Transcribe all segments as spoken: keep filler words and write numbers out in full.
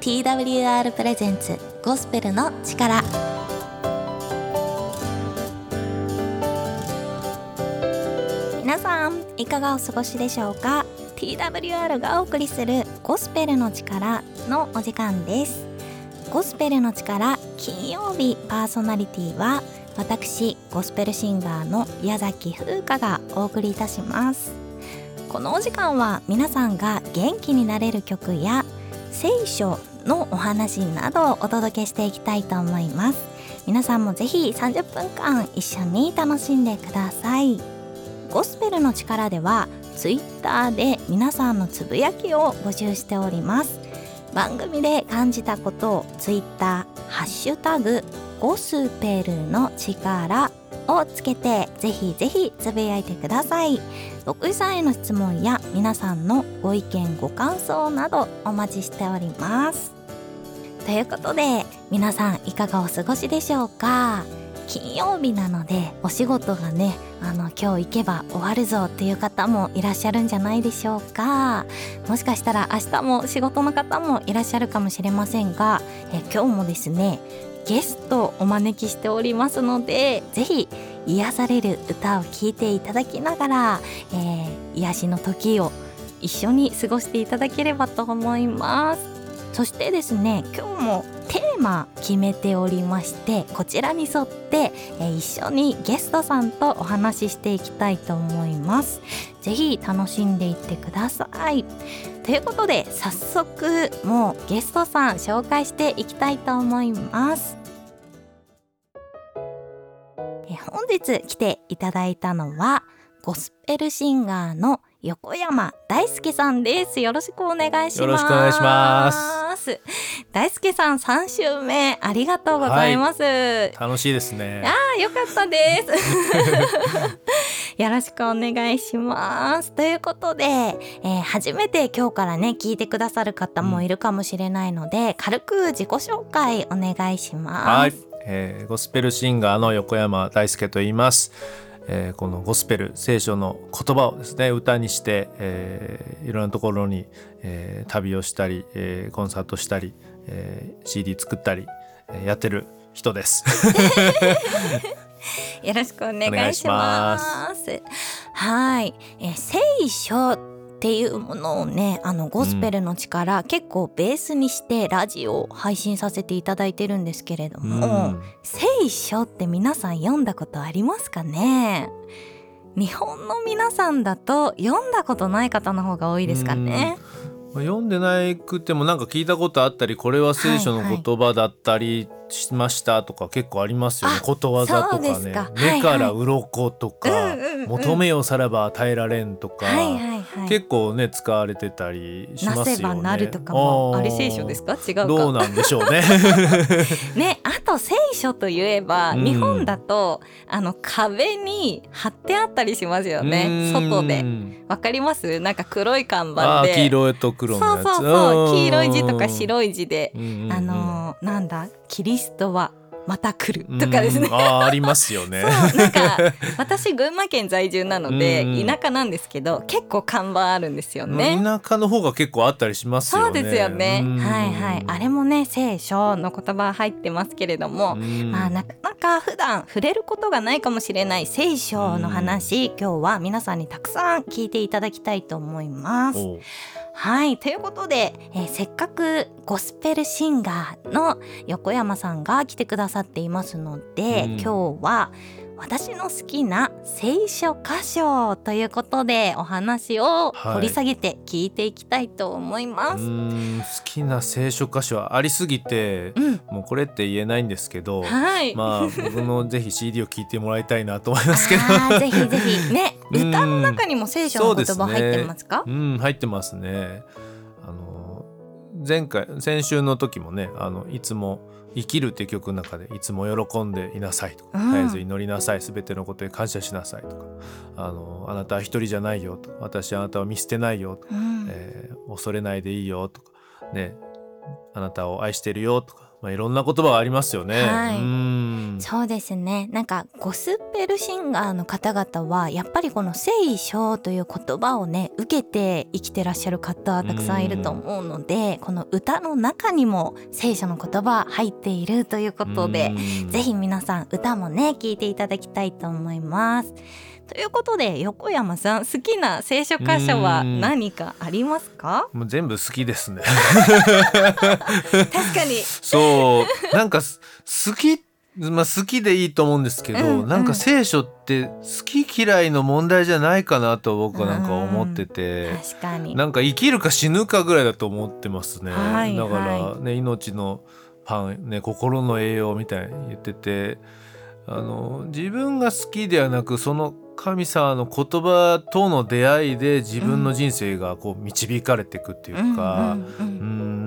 ティーダブリューアール プレゼンツゴスペルの力。皆さんいかがお過ごしでしょうか。 ティーダブリューアール がお送りするゴスペルの力のお時間です。ゴスペルの力金曜日パーソナリティは私ゴスペルシンガーの矢崎風花がお送りいたします。このお時間は皆さんが元気になれる曲や聖書のお話などをお届けしていきたいと思います。皆さんもぜひさんじゅっぷんかん一緒に楽しんでください。ゴスペルの力ではツイッターで皆さんのつぶやきを募集しております。番組で感じたことをツイッターハッシュタグゴスペルの力をつけてぜひぜひつぶやいてください。僕さんへの質問や皆さんのご意見ご感想などお待ちしております。ということで皆さんいかがお過ごしでしょうか。金曜日なのでお仕事がねあの今日行けば終わるぞっていう方もいらっしゃるんじゃないでしょうか。もしかしたら明日も仕事の方もいらっしゃるかもしれませんが、え今日もですねゲストをお招きしておりますので、ぜひ癒される歌を聴いていただきながら、えー、癒しの時を一緒に過ごしていただければと思います。そしてですね今日もテーマ決めておりまして、こちらに沿って、えー、一緒にゲストさんとお話ししていきたいと思います。ぜひ楽しんでいってください。ということで早速もうゲストさん紹介していきたいと思います。えー、本日来ていただいたのはゴスペルシンガーの横山大輔さんです。よろしくお願いします。 よろしくお願いします。 大輔さんさん週目ありがとうございます、はい、 楽しいですね。 あーよかったですよろしくお願いします。ということで、えー、初めて今日からね聞いてくださる方もいるかもしれないので、うん、軽く自己紹介お願いします。 はい、えー、ゴスペルシンガーの横山大輔と言います。えー、このゴスペル聖書の言葉をですね歌にして、えー、いろんなところに、えー、旅をしたり、えー、コンサートしたり、えー、シーディー 作ったり、えー、やってる人ですよろしくお願いします。はい、えー、聖書っていうものをねあのゴスペルの力、うん、結構ベースにしてラジオを配信させていただいてるんですけれども、うん、聖書って皆さん読んだことありますかね。日本の皆さんだと読んだことない方の方が多いですかね。 うん、読んでなくてもなんか聞いたことあったり、これは聖書の言葉だったりしましたとか結構ありますよね。ことわざとかね、か目から鱗とか、はいはい、求めよさらば与えられんとか、はいはいはい、結構ね使われてたりしますよね。 なせばなるとかもあれ聖書ですか。違うかどうなんでしょうねね、あと聖書といえば、うん、日本だとあの壁に貼ってあったりしますよね。外でわかります。なんか黒い看板で、 あ黄色と黒のやつ、 そうそうそう、黄色い字とか白い字で、うんうんうん、あのー、なんだキリストはまた来るとかですね。 あ, ありますよね。 そうなんか私群馬県在住なので田舎なんですけど結構看板あるんですよね。 田舎の方が結構あったりしますよね。 そうですよね。はいはい。あれもね聖書の言葉入ってますけれども、まあ、なかなか普段触れることがないかもしれない聖書の話、今日は皆さんにたくさん聞いていただきたいと思います。はい、ということで、えー、せっかくゴスペルシンガーの横山さんが来てくださっていますので、うん、今日は私の好きな聖書箇所ということでお話を掘り下げて聞いていきたいと思います。はい、うーん好きな聖書箇所はありすぎて、うん、もうこれって言えないんですけど、 はい、 まあ僕のぜひ シーディー を聞いてもらいたいなと思いますけどあぜひぜひね歌の中にも聖書の言葉入ってますか。 うん、うん、入ってますね。あの前回先週の時もねあのいつも生きるって曲の中でいつも喜んでいなさいとか、うん、絶えず祈りなさい、すべてのことに感謝しなさいとか、あのあなたは一人じゃないよと、私はあなたを見捨てないよと、うんえー、恐れないでいいよとか、ね、あなたを愛してるよとか、まあ、いろんな言葉がありますよね。 はい、 うんん、 そうですね。なんかゴスペルシンガーの方々はやっぱりこの聖書という言葉をね受けて生きてらっしゃる方たくさんいると思うので、この歌の中にも聖書の言葉入っているということで、ぜひ皆さん歌もね聞いていただきたいと思います。ということで横山さん、好きな聖書箇所は何かありますか？ もう全部好きですね確かにそうなんか好き、まあ、好きでいいと思うんですけど、うんうん、なんか聖書って好き嫌いの問題じゃないかなと僕はなんか思ってて、 うん、確かになんか生きるか死ぬかぐらいだと思ってますね、 はい、 だからね、 はい、 命のパン、ね、心の栄養みたいに言ってて、あの自分が好きではなくその神様の言葉との出会いで自分の人生がこう導かれていくっていうか、うん、うん、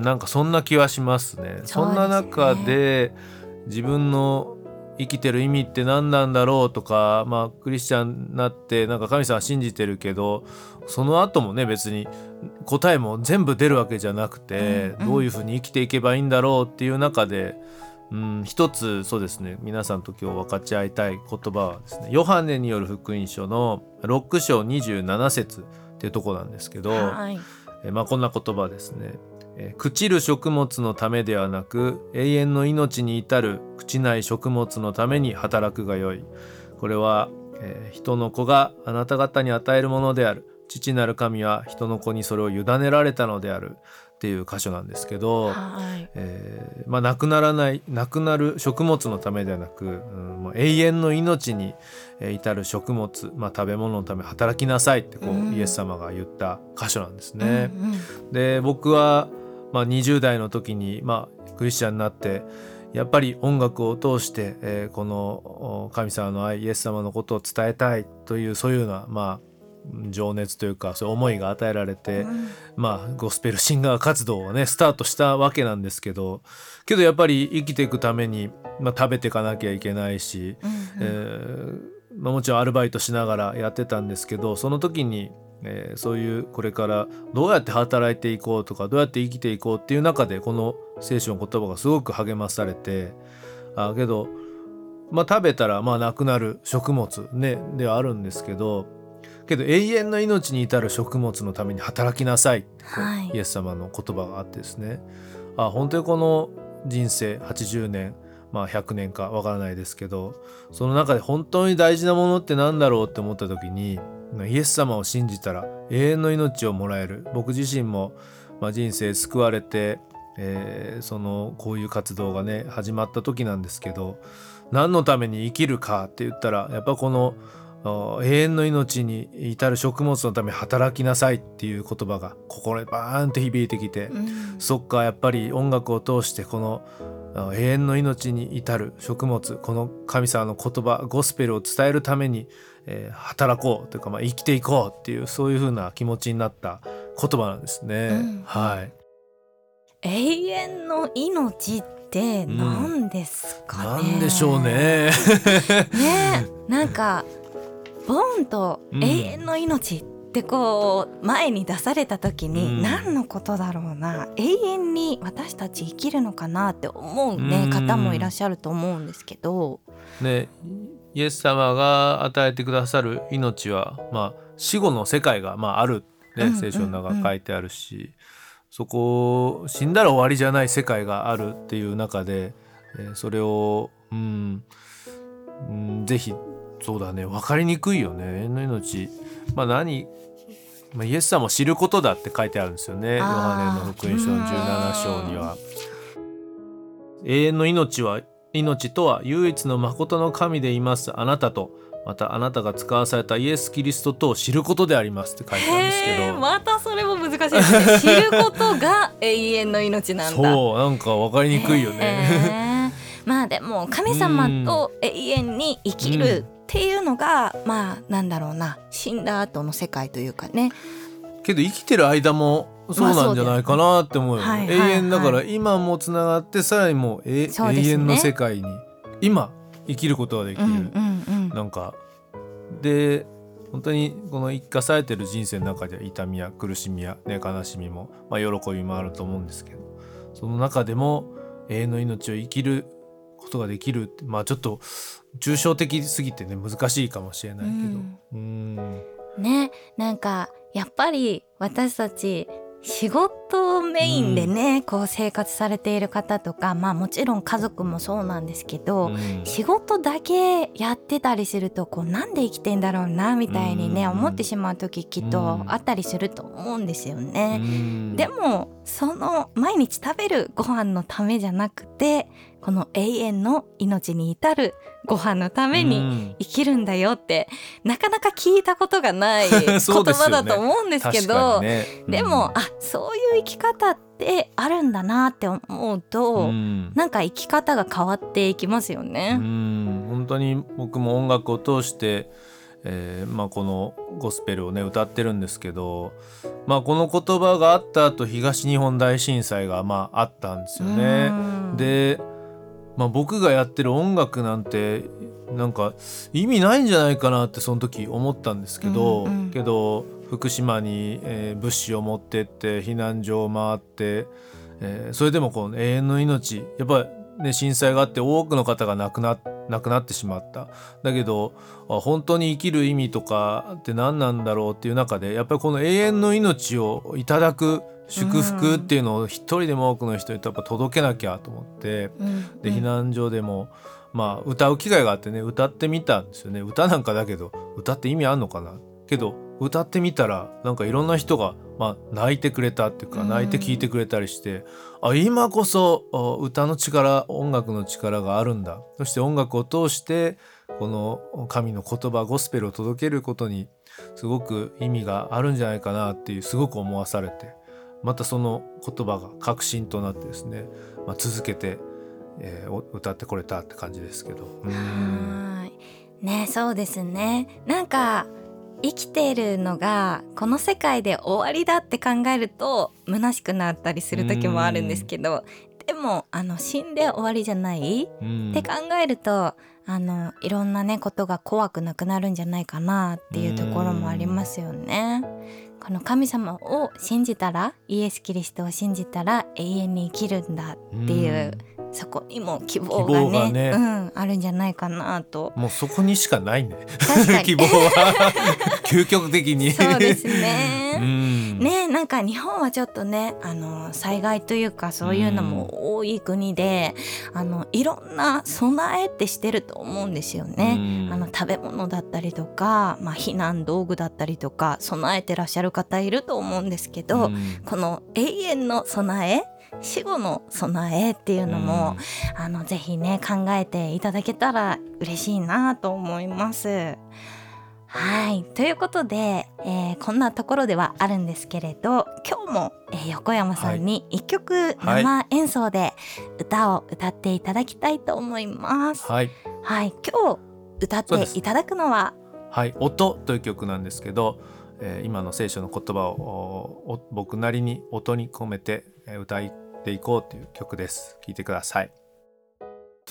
なんかそんな気はしますね。そうですね。そんな中で自分の生きてる意味って何なんだろうとか、まあクリスチャンになってなんか神様信じてるけど、その後もね別に答えも全部出るわけじゃなくて、うんうん、どういうふうに生きていけばいいんだろうっていう中で、うん、一つそうですね、皆さんと今日分かち合いたい言葉はですね、ヨハネによる福音書のろく章にじゅうなな節っていうところなんですけど、はい、えまあ、こんな言葉ですね。え朽ちる食物のためではなく永遠の命に至る朽ちない食物のために働くがよい。これは、えー、人の子があなた方に与えるものである。父なる神は人の子にそれを委ねられたのであるっていう箇所なんですけど、はい、えーまあ、なくならないなくなる食物のためではなく、うん、もう永遠の命に至る食物、まあ、食べ物のため働きなさいってこう、うん、イエス様が言った箇所なんですね、うんうん、で僕は、まあ、にじゅう代の時に、まあ、クリスチャンになってやっぱり音楽を通して、えー、この神様の愛イエス様のことを伝えたいというそういうような、まあ情熱というかそういう思いが与えられて、うん、まあゴスペルシンガー活動をねスタートしたわけなんですけど、けどやっぱり生きていくために、まあ、食べていかなきゃいけないし、うんうん、えーまあ、もちろんアルバイトしながらやってたんですけど、その時に、えー、そういうこれからどうやって働いていこうとかどうやって生きていこうっていう中でこの聖書の言葉がすごく励まされて、あけど、まあ、食べたらまあなくなる食物、ね、ではあるんですけど、けど永遠の命に至る食物のために働きなさいって、はい、イエス様の言葉があってですね、あ本当にこの人生はちじゅうねん、まあ、ひゃくねんかわからないですけど、その中で本当に大事なものって何だろうって思った時にイエス様を信じたら永遠の命をもらえる。僕自身も、まあ、人生救われて、えー、そのこういう活動がね始まった時なんですけど、何のために生きるかって言ったらやっぱこの永遠の命に至る食物のため働きなさいっていう言葉が心にバーンって響いてきて、うん、そっかやっぱり音楽を通してこの永遠の命に至る食物、この神様の言葉ゴスペルを伝えるために、えー、働こうというか、まあ、生きていこうっていうそういう風な気持ちになった言葉なんですね、うん、はい。 永遠の命って何ですかね、うん、 何でしょうねね、なんかボーンと永遠の命ってこう前に出された時に何のことだろうな、永遠に私たち生きるのかなって思うね方もいらっしゃると思うんですけど、 ね、イエス様が与えてくださる命は、まあ、死後の世界が、まあ、ある、ね、うんうんうん、聖書の中書いてあるし、そこ死んだら終わりじゃない世界があるっていう中で、えー、それを、うんうん、ぜひそうだね、分かりにくいよね。永遠の命、まあ何、まあ、イエス様を知ることだって書いてあるんですよね。ヨハネの福音書のじゅうなな章には。永遠の命は命とは唯一の誠の神でいますあなたと、またあなたが使わされたイエス・キリストとを知ることでありますって書いてあるんですけど、 またそれも難しいですね。知ることが永遠の命なんだ。 そうなんか分かりにくいよね。 まあでも神様と永遠に生きるっていうのが、うん、まあなんだろうな、死んだ後の世界というかね。 けど生きてる間もそうなんじゃないかなって思うよ、ね、まあそうだよね。永遠だから今もつながってさらにもう、えう、ね、永遠の世界に今生きることができる、うんうんうん、なんかで本当にこの生かされてる人生の中では痛みや苦しみや、ね、悲しみも、まあ、喜びもあると思うんですけど、その中でも永遠の命を生きることができるって、まあちょっと抽象的すぎてね難しいかもしれないけど、うん、うんね、なんかやっぱり私たち仕事メインでね、うん、こう生活されている方とか、まあもちろん家族もそうなんですけど、うん、仕事だけやってたりするとこうなんで生きてんだろうなみたいにね、うん、思ってしまう時きっとあったりすると思うんですよね、うん、でもその毎日食べるご飯のためじゃなくてこの永遠の命に至るご飯のために生きるんだよって、うん、なかなか聞いたことがない言葉だと思うんですけどねうん、 でもあそういう生き方ってあるんだなって思うと、うん、なんか生き方が変わっていきますよね。 うん、本当に僕も音楽を通してえーまあ、このゴスペルをね歌ってるんですけど、まあ、この言葉があった後東日本大震災がまああったんですよね。で、まあ、僕がやってる音楽なんてなんか意味ないんじゃないかなってその時思ったんですけど、うんうん、けど福島に、えー、物資を持ってって避難所を回って、えー、それでもこの永遠の命やっぱりね、震災があって多くの方が亡くな、亡くなってしまった。だけど本当に生きる意味とかって何なんだろうっていう中でやっぱりこの永遠の命をいただく祝福っていうのを一人でも多くの人にやっぱ届けなきゃと思って、うん、で避難所でもまあ歌う機会があってね歌ってみたんですよね。歌なんかだけど歌って意味あんのかなけど歌ってみたらなんかいろんな人が、まあ、泣いてくれたっていうか泣いて聞いてくれたりして、うん、あ今こそ歌の力音楽の力があるんだ。そして音楽を通してこの神の言葉ゴスペルを届けることにすごく意味があるんじゃないかなっていうすごく思わされてまたその言葉が確信となってですね、まあ、続けて、えー、歌ってこれたって感じですけど。うんはいね、そうですね。なんか生きているのがこの世界で終わりだって考えると虚しくなったりする時もあるんですけど、でもあの死んで終わりじゃないって考えるとあのいろんなねことが怖くなくなるんじゃないかなっていうところもありますよね。この神様を信じたらイエス・キリストを信じたら永遠に生きるんだっていうそこにも希望が ね, 希望がね、 うん、あるんじゃないかなと。 もうそこにしかないね確かに希望は究極的にそうですねうんね、なんか日本はちょっとねあの災害というかそういうのも多い国であのいろんな備えってしてると思うんですよね。あの食べ物だったりとか、まあ、避難道具だったりとか備えてらっしゃる方いると思うんですけど、この永遠の備え死後の備えっていうのも、うん、あのぜひね考えていただけたら嬉しいなと思います。はいということで、えー、こんなところではあるんですけれど今日も、えー、横山さんにいっきょく生演奏で歌を歌っていただきたいと思います。 はい、 はい、今日歌っていただくのははい音という曲なんですけど、えー、今の聖書の言葉を僕なりに音に込めて歌っていこうという曲です。聴いてください。永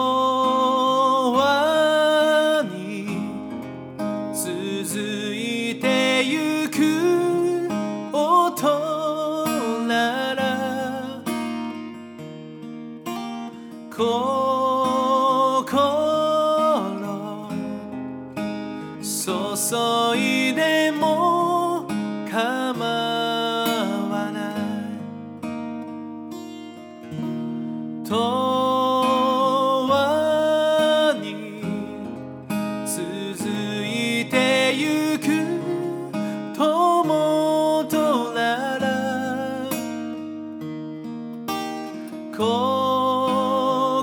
遠に続いてゆく音なら心注いでも構わない永遠に続いてゆく友となら心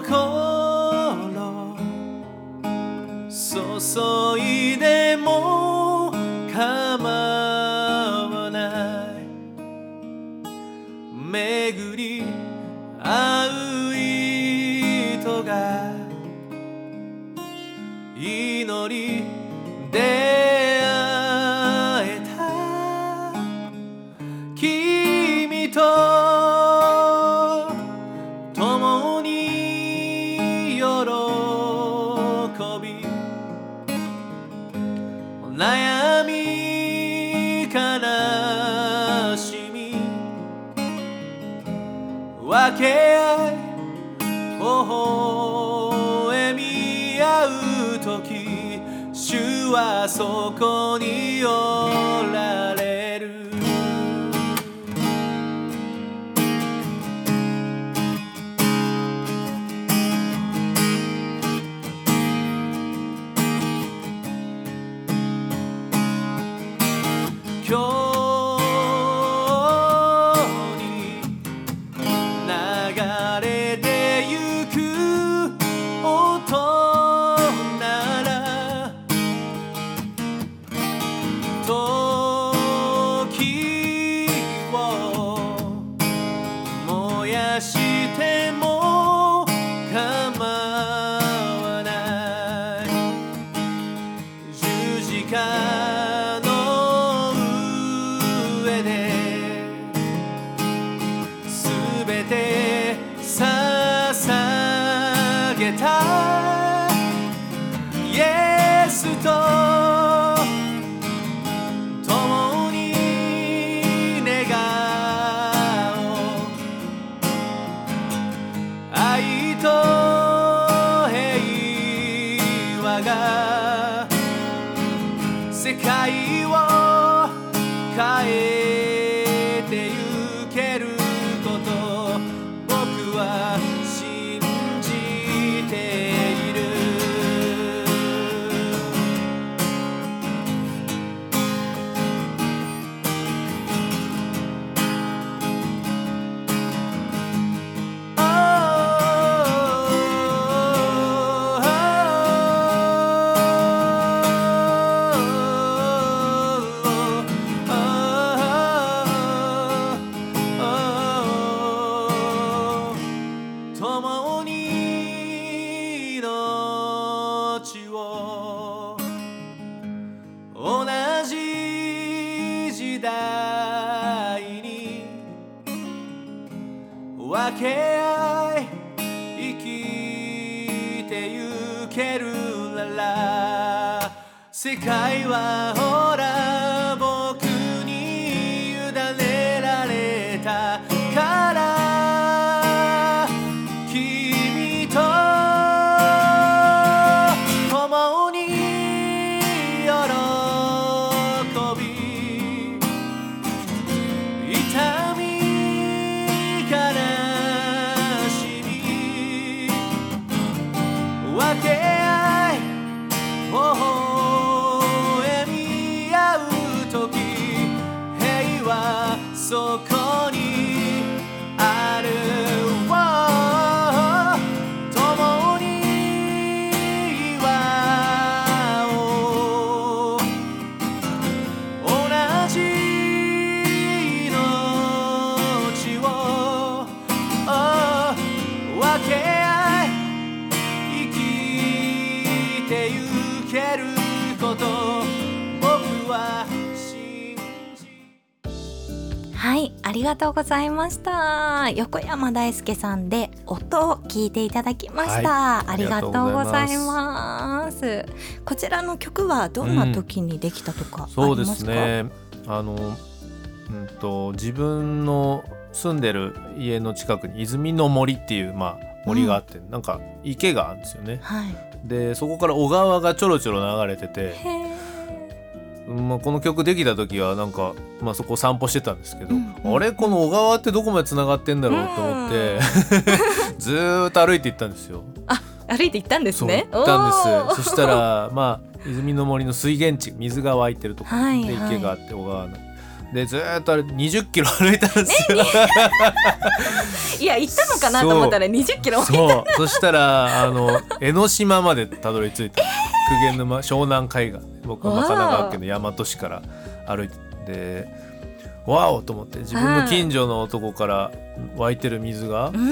注いでも構わない巡り合う糸が祈り出会えた君と共に喜び悩み悲しみ分け合い微はそこにおられる。今日に流れてゆく音なら時を燃やしても構わない。十字架の上ですべて捧げたイエスと共に願おう。愛と平和が世界を変えてゆけること僕は信じている。共に命を同じ時代に分け合い生きてゆけるなら世界はほら僕に委ねられたから君と共に喜び痛み悲しみ分け合い微笑み合う時平和そこにある。共に祝おう。同じ命を分け合い生きてゆけること僕は信じ。 はい、ありがとうございました。横山大輔さんで音を聞いていただきました。 はい、 ありがとうございます。こちらの曲はどんな時にできたとかありますか？ そうですね。あの、うんと自分の住んでる家の近くに泉の森っていう、まあ、森があって、うん、なんか池があるんですよね。 はい、 でそこから小川がちょろちょろ流れてて、 へまあ、この曲できた時はなんか、まあ、そこ散歩してたんですけど、 うんうん、 あれこの小川ってどこまでつながってんだろうと思って、うん、ずーっと歩いて行ったんですよ。 あ、歩いて行ったんですね。 そう行ったんです。そしたらまあ泉の森の水源地、水が湧いてるところ、はいはい、で池があって小川のでずーっとあれにじゅっキロ歩いたんですよ、ね、 いや行ったのかなと思ったらにじゅっキロそうそしたらあの江ノ島までたどり着いた、えー、久毛沼湘南海岸、僕は神奈川県の大和市から歩いてでわおと思って、自分の近所のとこから湧いてる水が、うん、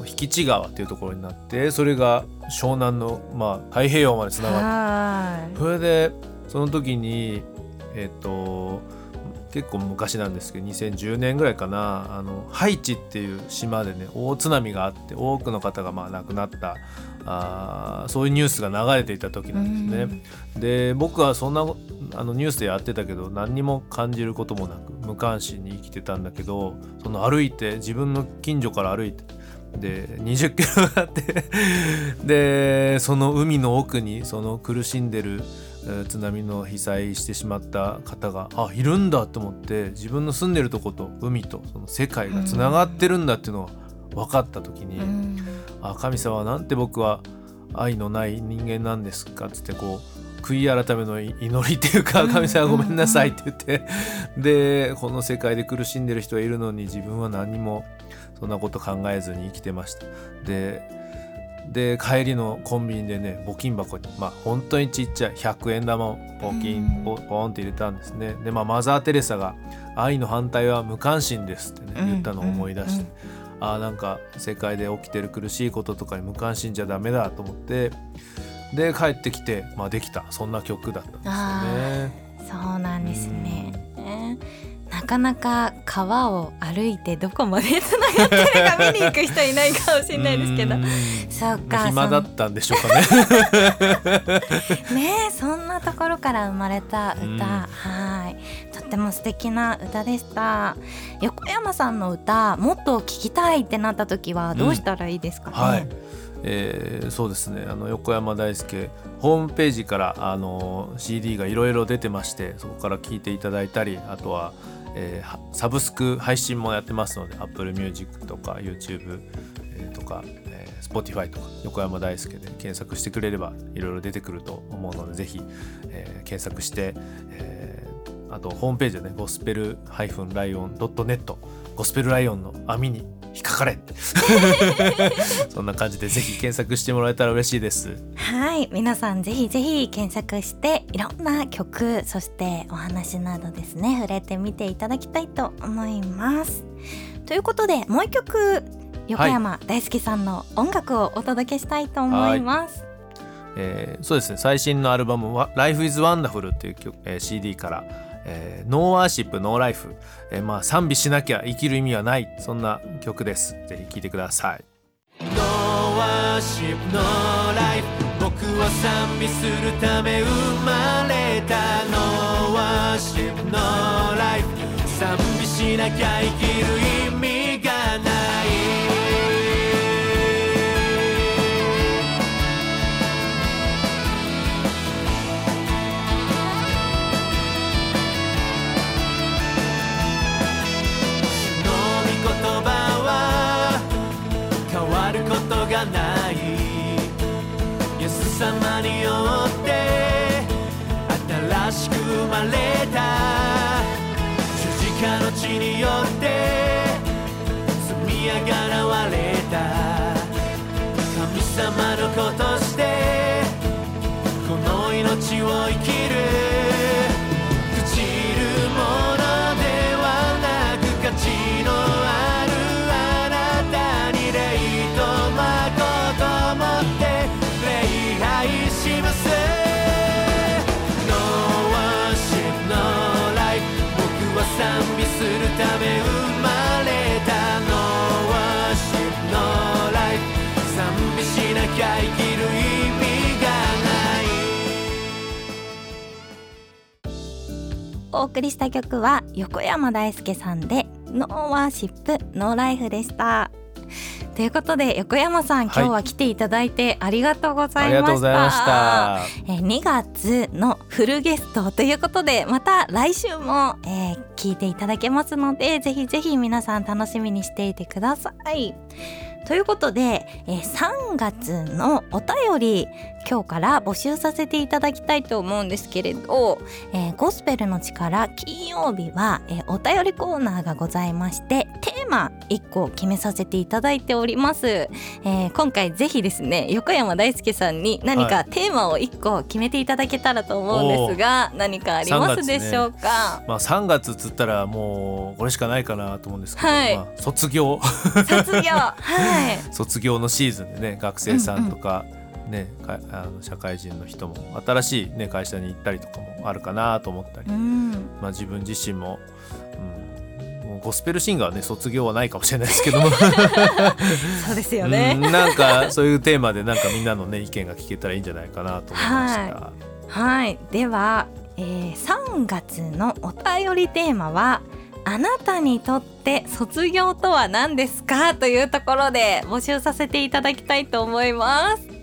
引地川っていうところになって、それが湘南の、まあ、太平洋までつながって、それでその時にえっと結構昔なんですけどにせんじゅうねんぐらいかな、あのハイチっていう島でね大津波があって多くの方がまあ亡くなった、あそういうニュースが流れていた時なんですね。で僕はそんなあのニュースでやってたけど何にも感じることもなく無関心に生きてたんだけど、その歩いて自分の近所から歩いてでにじゅっキロあってでその海の奥にその苦しんでる津波の被災してしまった方があいるんだと思って、自分の住んでるとこと海とその世界がつながってるんだっていうのが分かった時に、うん、あ神様はなんて僕は愛のない人間なんですかっつって、こう悔い改めの祈りっていうか、神様ごめんなさいって言ってでこの世界で苦しんでる人がいるのに自分は何もそんなこと考えずに生きてました。でで帰りのコンビニでね、募金箱にまあ本当にちっちゃいひゃくえん玉を募金ポポンって入れたんですね。でまあマザー・テレサが愛の反対は無関心ですってね言ったのを思い出して、ああなんか世界で起きてる苦しいこととかに無関心じゃダメだと思って、で帰ってきて、まあ、できたそんな曲だったんですよね。 そうなんですね。なかなか川を歩いてどこまでつながってるか見に行く人いないかもしれないですけど、そうか、 暇だったんでしょうかねねえ、そんなところから生まれた歌、はい、とっても素敵な歌でした。横山さんの歌もっと聴きたいってなった時はどうしたらいいですかね。 うんはい、えー、そうですね、あの横山大輔ホームページからあの シーディー がいろいろ出てまして、そこから聴いていただいたり、あとはえー、サブスク配信もやってますので Apple Music とか YouTube、えー、とか、えー、Spotify とか横山大輔で検索してくれればいろいろ出てくると思うので、ぜひ、えー、検索して、えー、あとホームページでねゴスペルライオンドットネットゴスペルライオンの網に引っかかれそんな感じでぜひ検索してもらえたら嬉しいです。 はい、皆さんぜひぜひ検索していろんな曲、そしてお話などですね触れてみていただきたいと思います。ということでもう一曲横山大輔さんの音楽をお届けしたいと思います。 はい、えー、そうですね、最新のアルバムは Life is Wonderful という曲、えー、シーディー からえー、ノーワーシップノーライフ、えー、まあ賛美しなきゃ生きる意味はない、そんな曲です。ぜひ聴いてください。 ノーワーシップノーライフ、僕は賛美するため生まれた。ノーワーシップノーライフ、賛美しなきゃ生きる意味がない。ない、イエス様によって新しく生まれた。十字架の血によって罪あがわれた。神様の子としてこの命を生きる。朽ちるものではなく価値のあるあなたに霊と誠もって礼拝します。 No worship no life、 僕は賛美するため生まれた。 No worship no life、 賛美しなきゃ生きる意味がない。 お送りした曲は横山大輔さんで No worship no life でした。ということで横山さん、今日は来ていただいてありがとうございました。 ありがとうございました。 えにがつのフルゲストということで、また来週も、えー、聞いていただけますので、ぜひぜひ皆さん楽しみにしていてください。ということで、えー、さんがつのお便り今日から募集させていただきたいと思うんですけれど、えー、ゴスペルの力金曜日は、えー、お便りコーナーがございまして、テーマいっこ決めさせていただいております。えー、今回ぜひですね横山大輔さんに何かテーマをいっこ決めていただけたらと思うんですが、はい、何かありますでしょうか。 さんがつね、まあ、さんがつつったらもうこれしかないかなと思うんですけど、 はい、 まあ、卒業卒業、はい、 卒業のシーズンでね、学生さんとか、うんうんね、あの社会人の人も新しい、ね、会社に行ったりとかもあるかなと思ったり、うん、まあ、自分自身も、うん、もうゴスペルシンガーはね卒業はないかもしれないですけどもそうですよね、 うん、なんかそういうテーマでなんかみんなの、ね、意見が聞けたらいいんじゃないかなと思いました。 はい、はい、では、えー、さんがつのお便りテーマはあなたにとって卒業とは何ですかというところで募集させていただきたいと思います。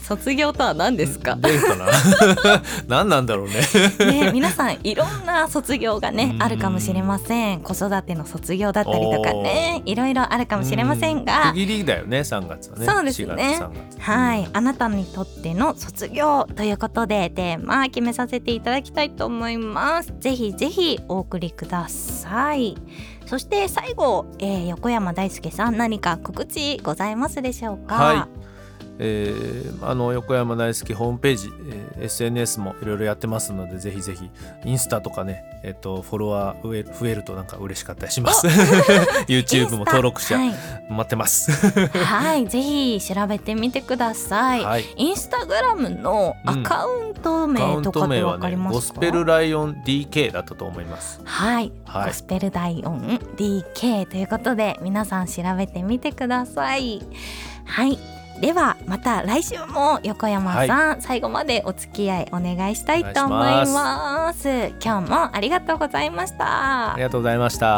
卒業とは何ですか？ 出るかな何なんだろうねね、皆さんいろんな卒業がねあるかもしれません。子育ての卒業だったりとかね、いろいろあるかもしれませんが、 区切りだよね、さんがつはね。 そうですね。 しがつさんがつ、 はい、あなたにとっての卒業ということでテーマ決めさせていただきたいと思います。ぜひぜひお送りください。そして最後、えー、横山大輔さん、何か告知ございますでしょうか？ はい、えー、あの横山大輔ホームページ、えー、エスエヌエス もいろいろやってますので、ぜひぜひインスタとかね、えー、とフォロワー増える、増えるとなんか嬉しかったりしますYouTube も登録者、はい、待ってますはいぜひ調べてみてください、はい、インスタグラムのアカウント名とかって分かりますか？ ゴスペルライオン ディーケー だったと思います。 はい、はい、ゴスペルライオン ディーケー ということで皆さん調べてみてください。はい、ではまた来週も横山さん、はい、最後までお付き合いお願いしたいと思います。ます。今日もありがとうございました。 ありがとうございました。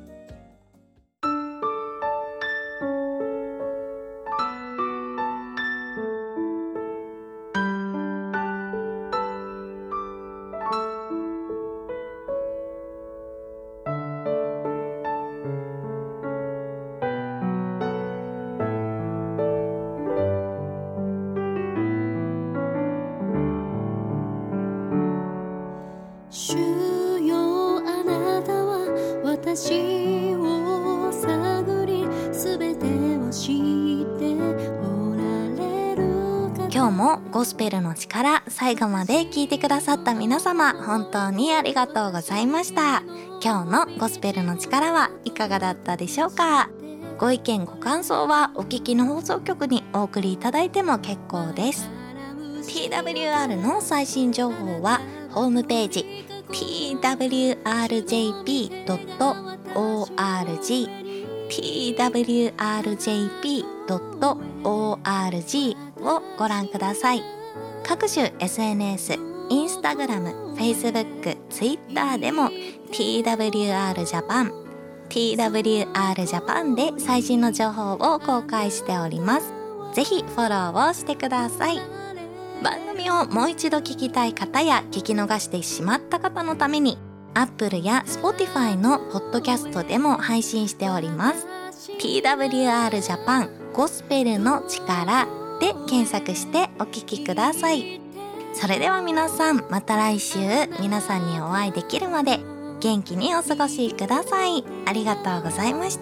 主よ、あなたは私を探り、すべてを知っておられる方。 今日もゴスペルの力、最後まで聞いてくださった皆様、本当にありがとうございました。今日のゴスペルの力はいかがだったでしょうか？ご意見ご感想はお聞きの放送局にお送りいただいても結構です。 ティーダブリューアール の最新情報はホームページ ティーダブリューアールジェーピードットオーアールジー ティーダブリューアールジェーピードットオーアールジー をご覧ください。各種 エスエヌエス、インスタグラム、フェイスブック、ツイッターでも ティーダブリューアール ジャパン ティーダブリューアール ジャパンで最新の情報を公開しております。ぜひフォローをしてください。番組をもう一度聞きたい方や聞き逃してしまった方のために Apple や Spotify のポッドキャストでも配信しております。 ティーダブリューアール ジャパンゴスペルの力で検索してお聞きください。それでは皆さん、また来週皆さんにお会いできるまで元気にお過ごしください。ありがとうございました。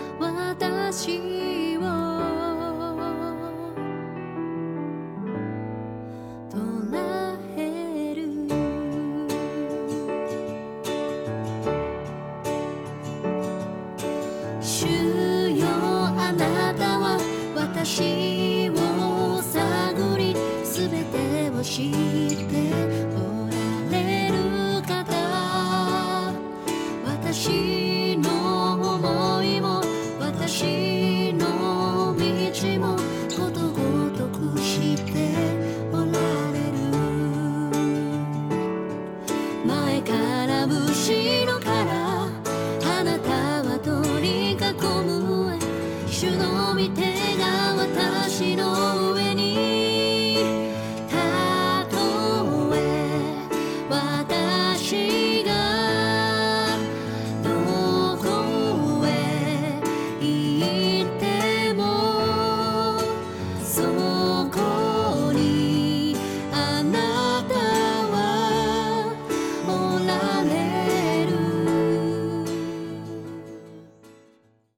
私私を探り、すべてを知って